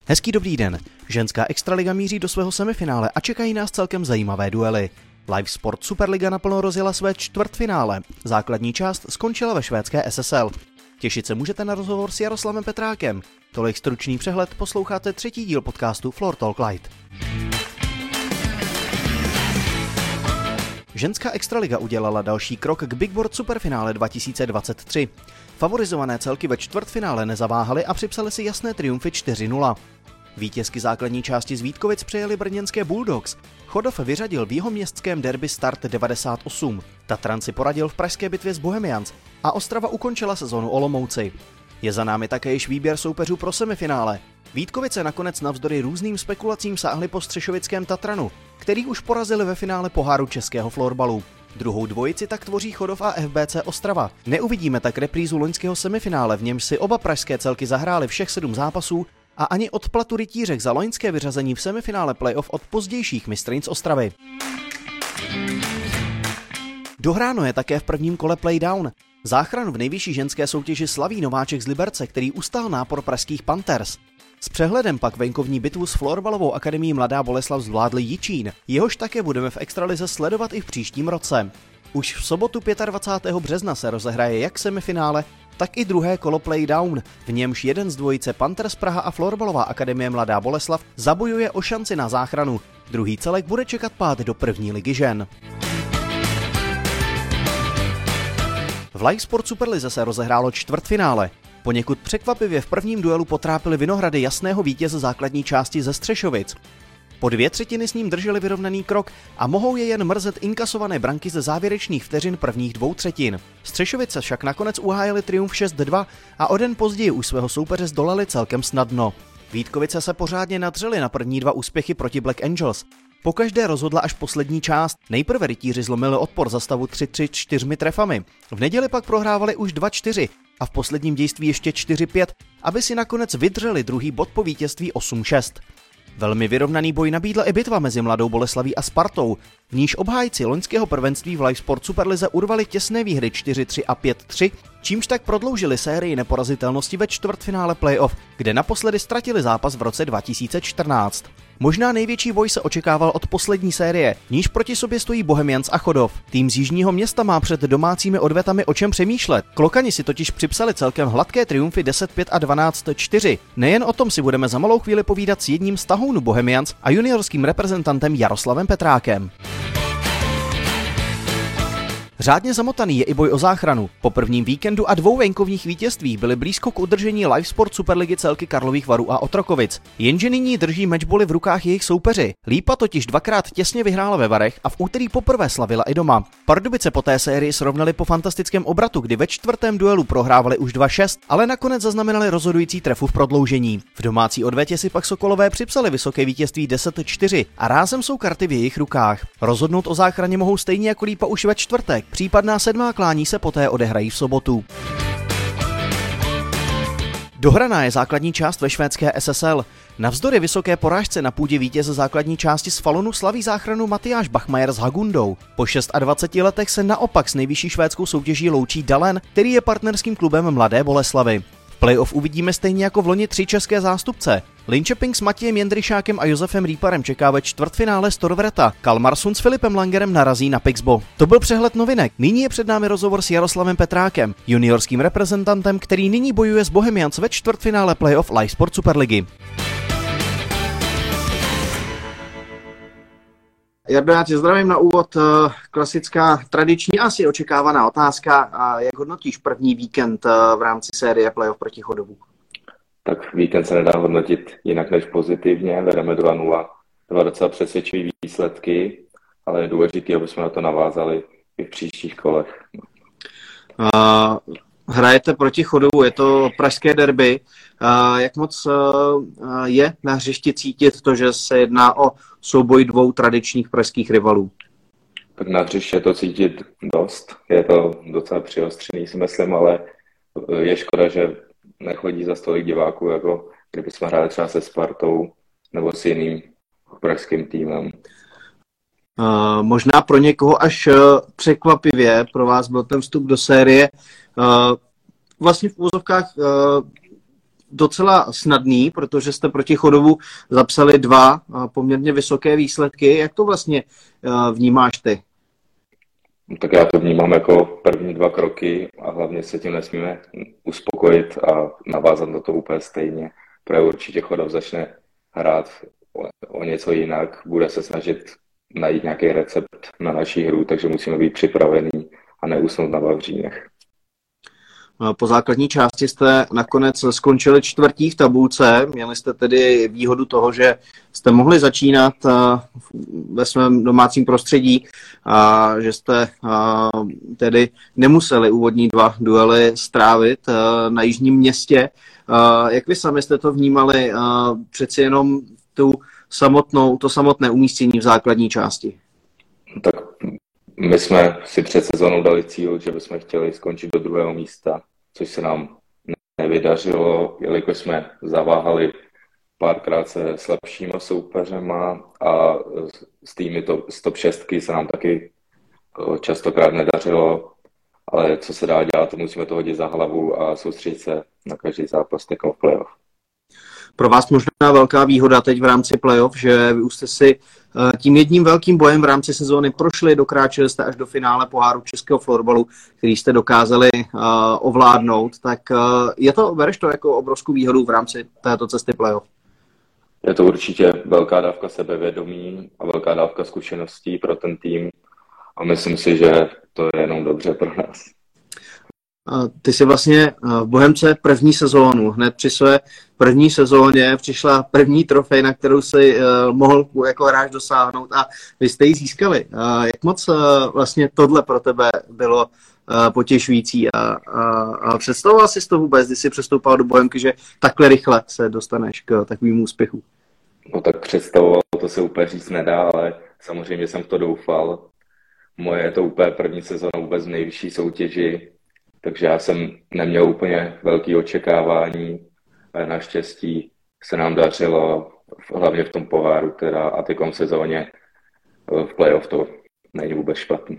Hezký dobrý den. Ženská extraliga míří do svého semifinále a čekají nás celkem zajímavé duely. Live Sport Superliga naplno rozjela své čtvrtfinále. Základní část skončila ve švédské SSL. Těšit se můžete na rozhovor s Jaroslavem Petrákem. Tolik stručný přehled, posloucháte třetí díl podcastu Floor Talk Light. Ženská extraliga udělala další krok k Big Board Superfinále 2023. Favorizované celky ve čtvrtfinále nezaváhaly a připsali si jasné triumfy 4-0. Vítězky základní části z Vítkovic přejeli brněnské Bulldogs. Chodov vyřadil v jihoměstském derby Start 98. Tatran si poradil v pražské bitvě s Bohemians a Ostrava ukončila sezonu Olomouci. Je za námi také již výběr soupeřů pro semifinále. Vítkovice nakonec navzdory různým spekulacím sáhly po střešovickém Tatranu, který už porazili ve finále poháru českého florbalu. Druhou dvojici tak tvoří Chodov a FBC Ostrava. Neuvidíme tak reprízu loňského semifinále, v němž si oba pražské celky zahrály všech 7 zápasů a ani odplatu rytířek za loňské vyřazení v semifinále playoff od pozdějších mistryň z Ostravy. Dohráno je také v prvním kole playdown. Záchranu v nejvyšší ženské soutěži slaví nováček z Liberce, který ustál nápor pražských Panthers. S přehledem pak venkovní bitvu s florbalovou akademií Mladá Boleslav zvládli Jičín, jehož také budeme v extralize sledovat i v příštím roce. Už v sobotu 25. března se rozehraje jak semifinále, tak i druhé kolo playdown, v němž jeden z dvojice Panthers Praha a florbalová akademie Mladá Boleslav zabojuje o šanci na záchranu. Druhý celek bude čekat pád do první ligy žen. V Live Sport Superlize se rozehrálo čtvrtfinále. Poněkud překvapivě v prvním duelu potrápili Vinohrady jasného vítěze základní části ze Střešovic. Po 2/3 s ním drželi vyrovnaný krok a mohou je jen mrzet inkasované branky ze závěrečných vteřin prvních 2/3. Střešovice však nakonec uhájili triumf 6-2 a o den později už svého soupeře zdolali celkem snadno. Vítkovice se pořádně nadřeli na první 2 úspěchy proti Black Angels. Pokaždé rozhodla až poslední část. Nejprve rytíři zlomili odpor za stavu 3-3 4 trefami. V neděli pak prohrávali už 2-4 a v posledním dějství ještě 4-5, aby si nakonec vydřeli druhý bod po vítězství 8-6. Velmi vyrovnaný boj nabídla i bitva mezi Mladou Boleslaví a Spartou, v níž obhájci loňského prvenství v Live Sport Superlize urvali těsné výhry 4-3 a 5-3, čímž tak prodloužili sérii neporazitelnosti ve čtvrtfinále playoff, kde naposledy ztratili zápas v roce 2014. Možná největší boj se očekával od poslední série, níž proti sobě stojí Bohemians a Chodov. Tým z jižního města má před domácími odvetami o čem přemýšlet. Klokani si totiž připsali celkem hladké triumfy 10-5 a 12-4. Nejen o tom si budeme za malou chvíli povídat s jedním z tahounů Bohemians a juniorským reprezentantem Jaroslavem Petrákem. Řádně zamotaný je i boj o záchranu. Po prvním víkendu a 2 venkovních vítězstvích byli blízko k udržení Live Sport Superligy celky Karlových Varů a Otrokovic. Jenže nyní drží matchboly v rukách jejich soupeři. Lípa totiž 2krát těsně vyhrála ve Varech a v úterý poprvé slavila i doma. Pardubice po té sérii srovnali po fantastickém obratu, kdy ve čtvrtém duelu prohrávali už 2-6, ale nakonec zaznamenali rozhodující trefu v prodloužení. V domácí odvetě si pak Sokolové připsali vysoké vítězství 10-4 a rázem jsou karty v jejich rukách. Rozhodnout o záchraně mohou stejně jako Lípa už ve čtvrtek. Případná 7. klání se poté odehrají v sobotu. Dohraná je základní část ve švédské SSL. Navzdory vysoké porážce na půdě vítěze základní části z Falunu slaví záchranu Matyáš Bachmajer s Hagundou. Po 26 letech se naopak s nejvyšší švédskou soutěží loučí Dalen, který je partnerským klubem Mladé Boleslavy. V playoff uvidíme stejně jako v loni 3 české zástupce. Linköping s Matějem Jendryšákem a Josefem Rýparem čeká ve čtvrtfinále Storvreta. Kalmarsund s Filipem Langerem narazí na Pixbo. To byl přehled novinek. Nyní je před námi rozhovor s Jaroslavem Petrákem, juniorským reprezentantem, který nyní bojuje s Bohemians ve čtvrtfinále playoff Live Sport Superligy. Jardo, já tě zdravím na úvod. Klasická, tradiční, asi očekávaná otázka. Jak hodnotíš první víkend v rámci série playoff proti Chodovu? Tak víkend se nedá hodnotit jinak než pozitivně. Vedeme 2-0. 2 docela přesvědčivé výsledky, ale je důležité, aby jsme na to navázali i v příštích kolech. Hrajete proti Chodovu, je to pražské derby. Jak moc je na hřišti cítit to, že se jedná o souboj 2 tradičních pražských rivalů? Tak na hřiště je to cítit dost. Je to docela přiostřený, si myslím, ale je škoda, že nechodí za tolik diváků, jako kdybychom hráli třeba se Spartou nebo s jiným pražským týmem. Možná pro někoho až překvapivě pro vás byl ten vstup do série. Vlastně v úzovkách docela snadný, protože jste proti Chodovu zapsali 2 poměrně vysoké výsledky. Jak to vlastně vnímáš ty? Tak já to vnímám jako první 2 kroky a hlavně se tím nesmíme uspokojit a navázat do toho úplně stejně. Protože určitě Chodov začne hrát o něco jinak, bude se snažit najít nějaký recept na naší hru, takže musíme být připravení a neusnout na vavřínech. Po základní části jste nakonec skončili 4. v tabulce. Měli jste tedy výhodu toho, že jste mohli začínat ve svém domácím prostředí a že jste tedy nemuseli úvodní 2 duely strávit na Jižním Městě. Jak vy sami jste to vnímali přeci jenom to samotné umístění v základní části? Tak my jsme si před sezónou dali cíl, že bychom chtěli skončit do 2. místa, což se nám nevydařilo, jelikož jsme zaváhali párkrát se slabšíma soupeřema a s týmy z top 6 se nám taky častokrát nedařilo, ale co se dá dělat, musíme to hodit za hlavu a soustředit se na každý zápas jako v playoff. Pro vás možná velká výhoda teď v rámci playoff, že vy už jste si tím jedním velkým bojem v rámci sezóny prošli, dokráčeli jste až do finále poháru českého florbalu, který jste dokázali ovládnout, tak bereš to jako obrovskou výhodu v rámci této cesty playoff? Je to určitě velká dávka sebevědomí a velká dávka zkušeností pro ten tým a myslím si, že to je jenom dobře pro nás. Ty jsi vlastně v Bohemce první sezónu. Hned při své první sezóně přišla první trofej, na kterou si mohl jako hráč dosáhnout a vy jste ji získali. Jak moc vlastně tohle pro tebe bylo potěšující a představoval jsi to vůbec, když jsi přestoupal do Bohemky, že takhle rychle se dostaneš k takovému úspěchu? No tak představoval, to se úplně říct nedá, ale samozřejmě jsem v to doufal. Moje je to úplně první sezóna vůbec v nejvyšší soutěži, takže já jsem neměl úplně velké očekávání, ale naštěstí se nám dařilo, hlavně v tom poháru, a teďkom sezóně v playoff to není vůbec špatný.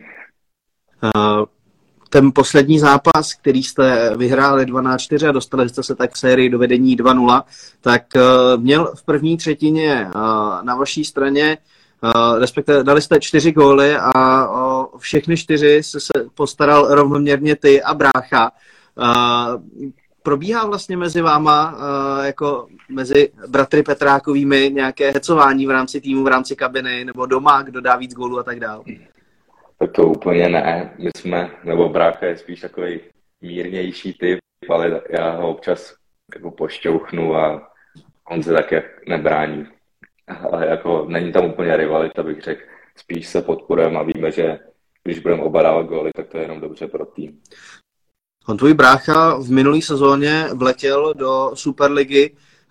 Ten poslední zápas, který jste vyhráli 2-4 a dostali jste se tak v sérii do vedení 2-0, tak měl v první třetině na vaší straně, respektive dali jste 4 góly a o všechny 4 se postaral rovnoměrně ty a brácha. Probíhá vlastně mezi váma, jako mezi bratry Petrákovými, nějaké hecování v rámci týmu, v rámci kabiny, nebo doma, kdo dá víc gólů a tak dále? Tak to úplně ne. Nebo brácha je spíš takový mírnější typ, ale já ho občas jako pošťouchnu a on se tak nebrání. Ale jako není tam úplně rivalita, bych řekl. Spíš se podporujeme a víme, že když budeme oba dávat góly, tak to je jenom dobře pro tým. On tvůj brácha v minulý sezóně vletěl do Superligy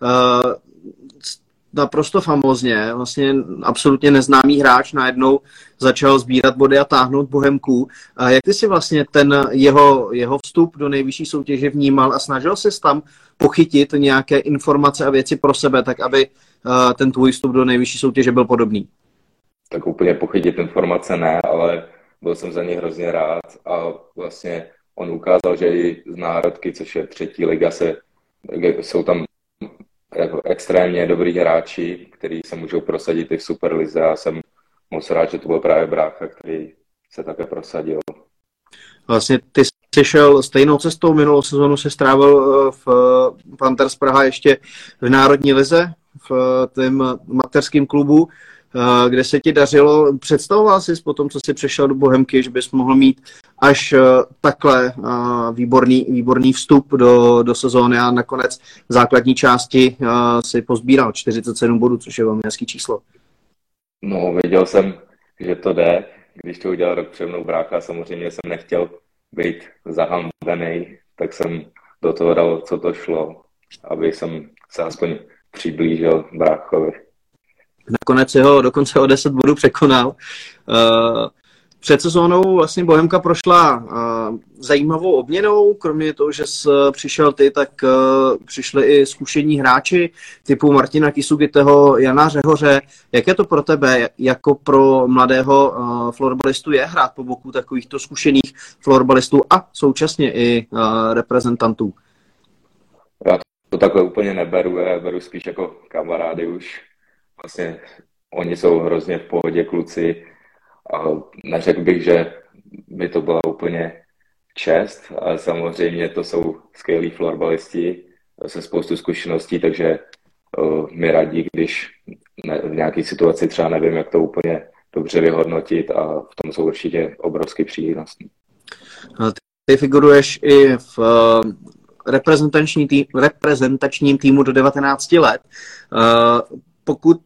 naprosto famózně, vlastně absolutně neznámý hráč najednou začal sbírat body a táhnout Bohemku. Jak ty si vlastně ten jeho vstup do nejvyšší soutěže vnímal a snažil ses tam pochytit nějaké informace a věci pro sebe, tak aby ten tvůj vstup do nejvyšší soutěže byl podobný? Tak úplně pochytit informace ne, ale byl jsem za něj hrozně rád a vlastně on ukázal, že i z národky, což je 3. liga, jsou tam jako extrémně dobrý hráči, kteří se můžou prosadit i v Superlize a jsem moc rád, že to byl právě brácha, který se také prosadil. Vlastně ty jsi šel stejnou cestou, minulou sezonu se strávil v Panthers Praha ještě v Národní lize, v tém mateřském klubu, kde se ti dařilo. Představoval jsi po tom, co jsi přešel do Bohemky, že bys mohl mít až takhle výborný vstup do sezóny a nakonec v základní části si pozbíral 47 bodů, což je velmi hezký číslo. No, věděl jsem, že to jde. Když to udělal rok před mnou brácha, samozřejmě jsem nechtěl být zahambený, tak jsem do toho dal, co to šlo, aby jsem se aspoň přiblížil bráchovi. Nakonec ho dokonce o 10 bodů překonal. Před sezónou vlastně Bohemka prošla zajímavou obměnou, kromě toho, že jsi přišel ty, tak přišli i zkušení hráči typu Martina Kisugiteho, Jana Řehoře. Jak je to pro tebe, jako pro mladého florbalistu, je hrát po boku takovýchto zkušených florbalistů a současně i reprezentantů? Já to takhle úplně neberu, já beru spíš jako kamarády už. Vlastně oni jsou hrozně v pohodě kluci a neřekl bych, že by to byla úplně čest, ale samozřejmě to jsou skvělí florbalisti se spoustu zkušeností, takže mi radí, když v nějaké situaci třeba nevím, jak to úplně dobře vyhodnotit a v tom jsou určitě obrovský přínosný. Ty figuruješ i v reprezentačním týmu do 19 let. Pokud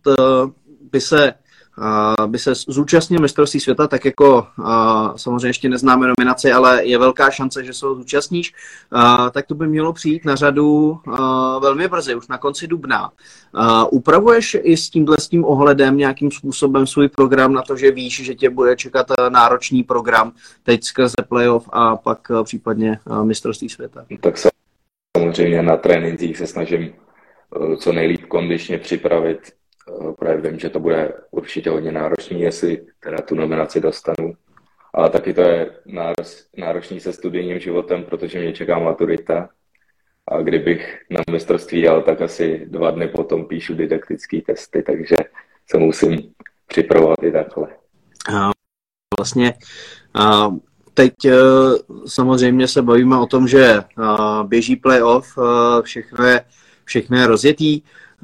by se zúčastnil mistrovství světa, tak jako samozřejmě ještě neznáme nominaci, ale je velká šance, že se ho zúčastníš, tak to by mělo přijít na řadu velmi brzy, už na konci dubna. Upravuješ i s tím ohledem nějakým způsobem svůj program na to, že víš, že tě bude čekat náročný program teď skrze playoff a pak případně mistrovství světa? Tak samozřejmě na trénincích se snažím co nejlíp kondičně připravit. Právě vím, že to bude určitě hodně náročný, jestli teda tu nominaci dostanu. Ale taky to je náročný se studijním životem, protože mě čeká maturita. A kdybych na mistrovství jel, tak asi 2 dny potom píšu didaktické testy, takže se musím připravovat i takhle. Vlastně teď samozřejmě se bavíme o tom, že běží playoff, všechno je rozjetý.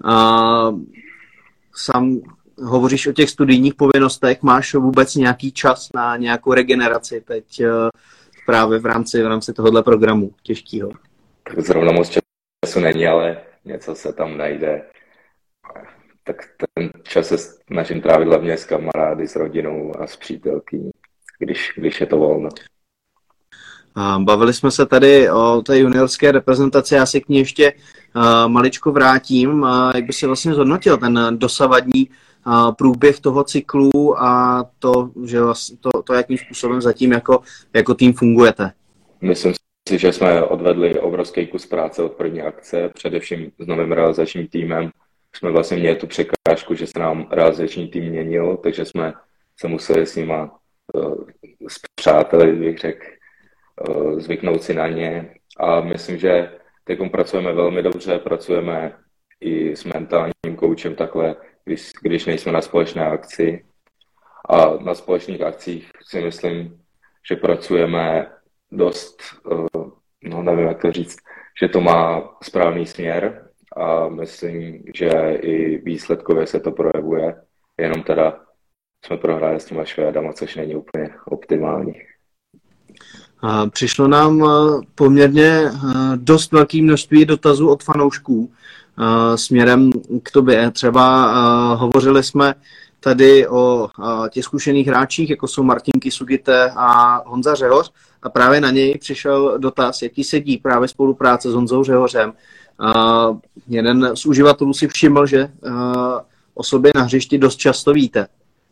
Sám hovoříš o těch studijních povinnostech, máš vůbec nějaký čas na nějakou regeneraci teď právě v rámci tohohle programu těžkého? Tak zrovna moc času není, ale něco se tam najde. Tak ten čas se snažím trávit hlavně s kamarády, s rodinou a s přítelkyní, když je to volno. Bavili jsme se tady o té juniorské reprezentaci, já si k ní ještě maličko vrátím. Jak by si vlastně zhodnotil ten dosavadní průběh toho cyklu a to, že vlastně to jakým způsobem zatím jako tým fungujete? Myslím si, že jsme odvedli obrovský kus práce od první akce, především s novým realizačním týmem. Jsme vlastně měli tu překážku, že se nám realizační tým měnil, takže jsme se museli s nima spřátelit, bych řekl, zvyknout si na ně. A myslím, že teď pracujeme velmi dobře, pracujeme i s mentálním koučem takhle, když nejsme na společné akci. A na společných akcích si myslím, že pracujeme dost, nevím, jak to říct, že to má správný směr a myslím, že i výsledkově se to projevuje, jenom teda jsme prohráli s těma Švédama, což není úplně optimální. Přišlo nám poměrně dost velké množství dotazů od fanoušků směrem k tobě. Třeba hovořili jsme tady o těch zkušených hráčích, jako jsou Martin Kisugite a Honza Řehoř, a právě na něj přišel dotaz, jaký sedí právě spolupráce s Honzou Řehořem. Jeden z uživatelů si všiml, že o sobě na hřišti dost často víte.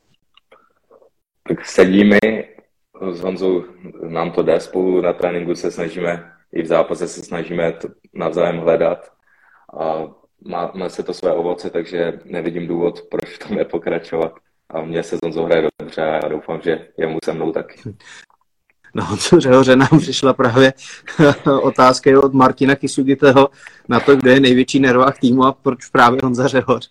Tak sedíme s Honzou, nám to jde spolu, na tréninku se snažíme, i v zápase se snažíme to navzájem hledat a má se to své ovoce, takže nevidím důvod, proč v tom nepokračovat. A mně se s Honzou hraje dobře a doufám, že jemu se mnou taky. No, Honzo Řehoře nám přišla právě otázka od Martina Kisugiteho na to, kde je největší nervák týmu a proč právě Honza Řehoř.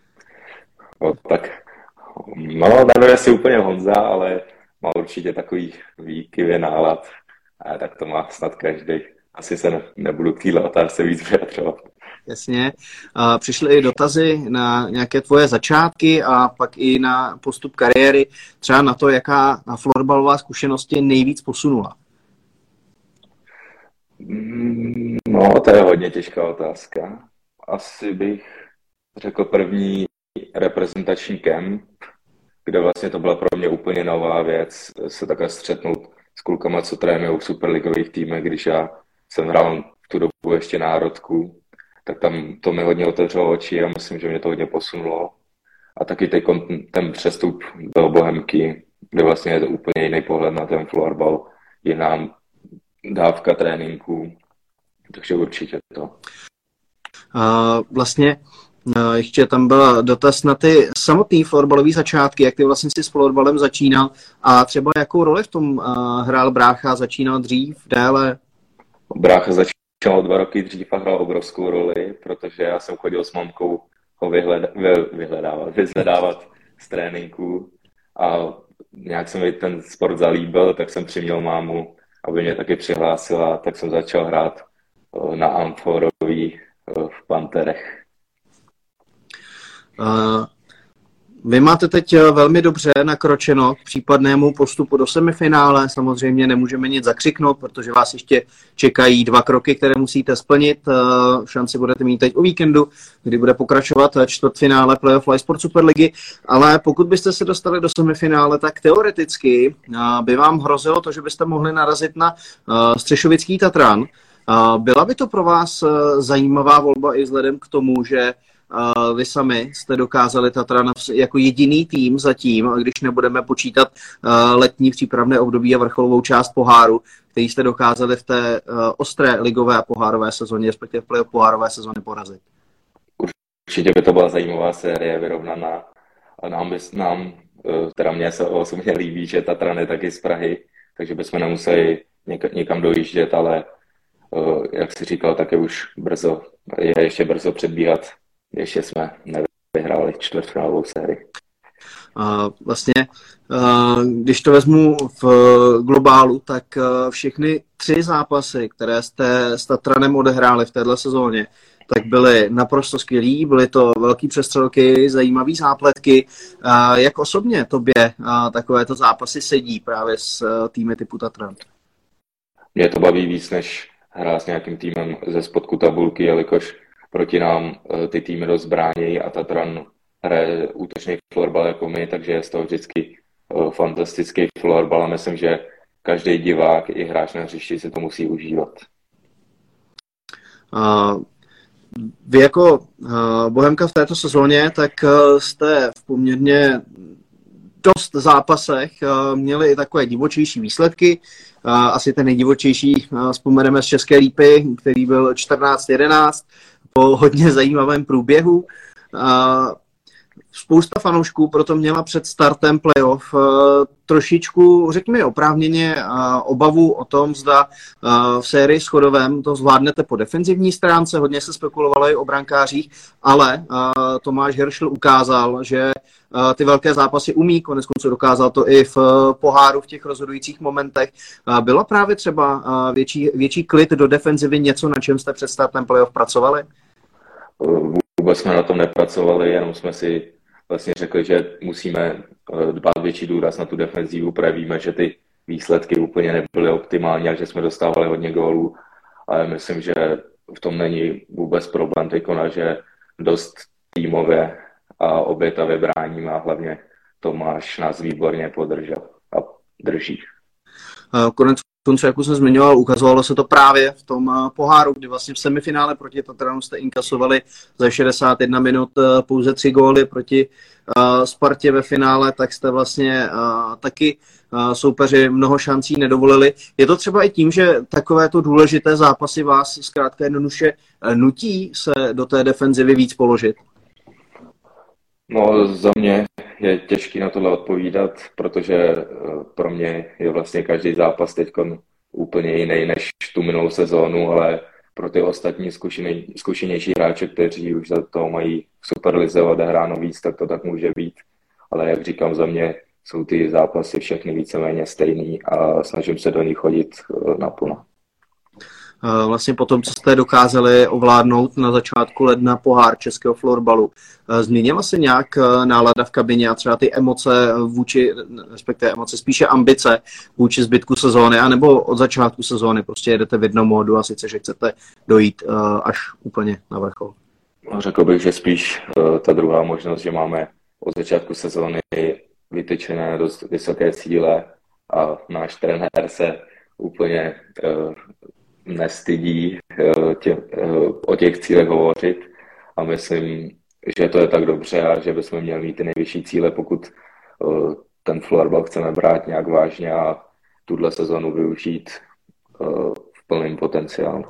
Nevím, jestli úplně Honza, ale má určitě takový výkyvy nálad. A tak to má snad každý. Asi se nebudu k téhle otázce víc vyjadřovat. Jasně. Přišly i dotazy na nějaké tvoje začátky a pak i na postup kariéry, třeba na to, jaká florbalová zkušenost tě nejvíc posunula. No, to je hodně těžká otázka. Asi bych řekl první reprezentační kemp, kde vlastně to byla pro mě úplně nová věc, se takhle střetnout s klukama, co trénují v superligových týmech, když já jsem hrál v tu dobu ještě národku, tak tam to mi hodně otevřelo oči a myslím, že mě to hodně posunulo. A taky ten přestup do Bohemky, kde vlastně je to úplně jiný pohled na ten florbal, jiná dávka tréninku, takže určitě to. Vlastně ještě tam byl dotaz na ty samotné florbalové začátky, jak ty vlastně si s florbalem začínal a třeba jakou roli v tom hrál brácha, začínal dřív, déle? Brácha začínal o 2 roky dřív a hrál obrovskou roli, protože já jsem chodil s mamkou ho vyhledávat z tréninku a nějak se mi ten sport zalíbil, tak jsem přiměl mámu, aby mě taky přihlásila, tak jsem začal hrát na Amforový v Panterech. Vy máte teď velmi dobře nakročeno k případnému postupu do semifinále. Samozřejmě nemůžeme nic zakřiknout, protože vás ještě čekají 2 kroky, které musíte splnit. Šanci budete mít teď o víkendu, kdy bude pokračovat čtvrtfinále playoff Sport Superligy. Ale pokud byste se dostali do semifinále, tak teoreticky by vám hrozilo to, že byste mohli narazit na Střešovický Tatran. Byla by to pro vás zajímavá volba i vzhledem k tomu, že vy sami jste dokázali Tatran jako jediný tým zatím, když nebudeme počítat letní přípravné období a vrcholovou část poháru, který jste dokázali v té ostré ligové a pohárové sezóně, respektive v playoff pohárové sezóně porazit. Určitě by to byla zajímavá série, vyrovnaná. A teda mně se osobně líbí, že Tatran je taky z Prahy, takže bychom nemuseli někam dojíždět, ale jak jsi říkal, tak je ještě brzo předbíhat. Ještě jsme nevyhráli čtvrtfinálovou sérii. Vlastně, když to vezmu v globálu, tak všechny 3 zápasy, které jste s Tatranem odehráli v této sezóně, tak byly naprosto skvělý, byly to velký přestřelky, zajímavý zápletky. Jak osobně tobě takovéto zápasy sedí právě s týmy typu Tatran? Mě to baví víc, než hrát s nějakým týmem ze spodku tabulky, jelikož proti nám ty týmy dost bránějí a Tatran hraje útočný florbal jako my, takže je z toho vždycky fantastický florbal a myslím, že každý divák i hráč na hřišti si to musí užívat. Vy jako Bohemka v této sezóně, tak jste v poměrně dost zápasech měli i takové divočejší výsledky. Asi ten nejdivočejší vzpomeneme z České Lípy, který byl 14-11 po hodně zajímavém průběhu. Spousta fanoušků proto měla před startem playoff trošičku, řekněme oprávněně, obavu o tom, zda v sérii s Chodovem to zvládnete po defenzivní stránce. Hodně se spekulovalo i o brankářích, ale Tomáš Heršl ukázal, že ty velké zápasy umí, koneckonců dokázal to i v poháru v těch rozhodujících momentech. Byla právě třeba větší klid do defenzivy něco, na čem jste před startem playoff pracovali? Vůbec jsme na tom nepracovali, jenom jsme si vlastně řekli, že musíme dbát větší důraz na tu defenzivu, protože víme, že ty výsledky úplně nebyly optimální a že jsme dostávali hodně gólů, ale myslím, že v tom není vůbec problém teďkona, že dost týmově a obětavě bráníme a hlavně Tomáš nás výborně podržel a drží. Konce, jak už jsem zmiňoval, ukazovalo se to právě v tom poháru, kdy vlastně v semifinále proti Tatranu jste inkasovali za 61 minut pouze 3 góly, proti Spartě ve finále, tak jste vlastně taky soupeři mnoho šancí nedovolili. Je to třeba i tím, že takovéto důležité zápasy vás zkrátka jednoduše nutí se do té defenzivy víc položit? No, za mě je těžký na tohle odpovídat, protože pro mě je vlastně každý zápas teď úplně jiný než tu minulou sezónu, ale pro ty ostatní zkušenější hráče, kteří už za to mají v Superlize odehráno víc, tak to tak může být. Ale jak říkám, za mě jsou ty zápasy všechny víceméně stejný a snažím se do nich chodit naplno. Vlastně po tom, co jste dokázali ovládnout na začátku ledna pohár českého florbalu, změnila se nějak nálada v kabině a třeba ty emoce respektive emoce, spíše ambice vůči zbytku sezóny, anebo od začátku sezóny prostě jedete v jednom módu a sice, že chcete dojít až úplně na vrchol? Řekl bych, že spíš ta druhá možnost, že máme od začátku sezóny vytyčené dost vysoké cíle a náš trenér se úplně nestydí o těch cílech hovořit a myslím, že to je tak dobře a že bychom měli mít ty nejvyšší cíle, pokud ten florbal chceme brát nějak vážně a tuhle sezonu využít v plném potenciálu.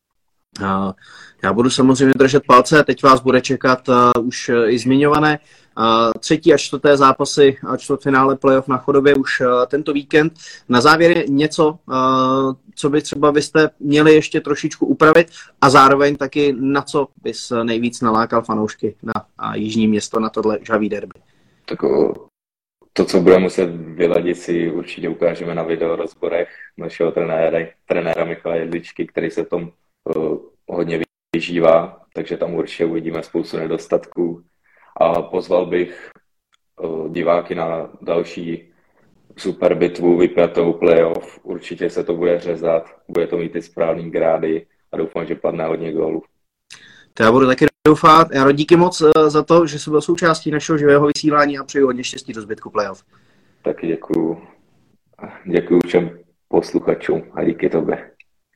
Já budu samozřejmě držet palce, teď vás bude čekat už i zmiňované třetí a čtvrté zápasy a čtvrtfinále playoff na Chodově už tento víkend. Na závěr něco, co by třeba byste měli ještě trošičku upravit a zároveň taky na co bys nejvíc nalákal fanoušky na jižní město na tohle žhavý derby. Tak to, co budeme muset vyladit, si určitě ukážeme na videorozborech našeho trenéra Michala Jedličky, který se v tom hodně vyžívá, takže tam určitě uvidíme spoustu nedostatků. A pozval bych diváky na další super bitvu vypjatou playoff. Určitě se to bude řezat, bude to mít ty správný grády a doufám, že padne hodně gólů. To já budu taky doufat. Jaro, díky moc za to, že jsi byl součástí našeho živého vysílání a přeju hodně štěstí do zbytku playoff. Taky děkuju. Děkuju všem posluchačům a díky tobě.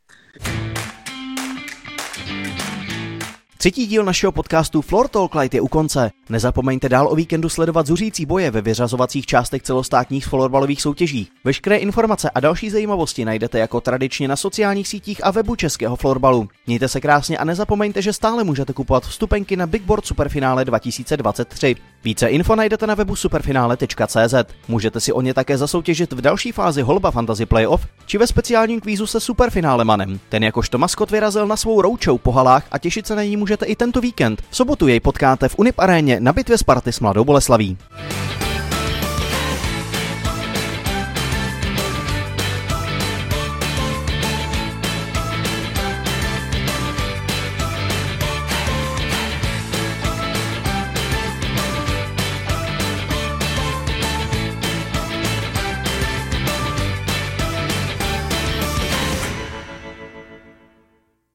Třetí díl našeho podcastu Floor Talk Light je u konce. Nezapomeňte dál o víkendu sledovat zuřící boje ve vyřazovacích částech celostátních florbalových soutěží. Veškeré informace a další zajímavosti najdete jako tradičně na sociálních sítích a webu českého florbalu. Mějte se krásně a nezapomeňte, že stále můžete kupovat vstupenky na Big Board Superfinále 2023. Více info najdete na webu superfinále.cz. Můžete si o ně také zasoutěžit v další fázi Holba Fantasy Playoff či ve speciálním kvízu se Superfinálemanem. Ten jakožto maskot vyrazil na svou roadshow po halách a těšit se na ní můžete i tento víkend. V sobotu jej potkáte v Unip aréně na bitvě Sparty s Mladou Boleslaví.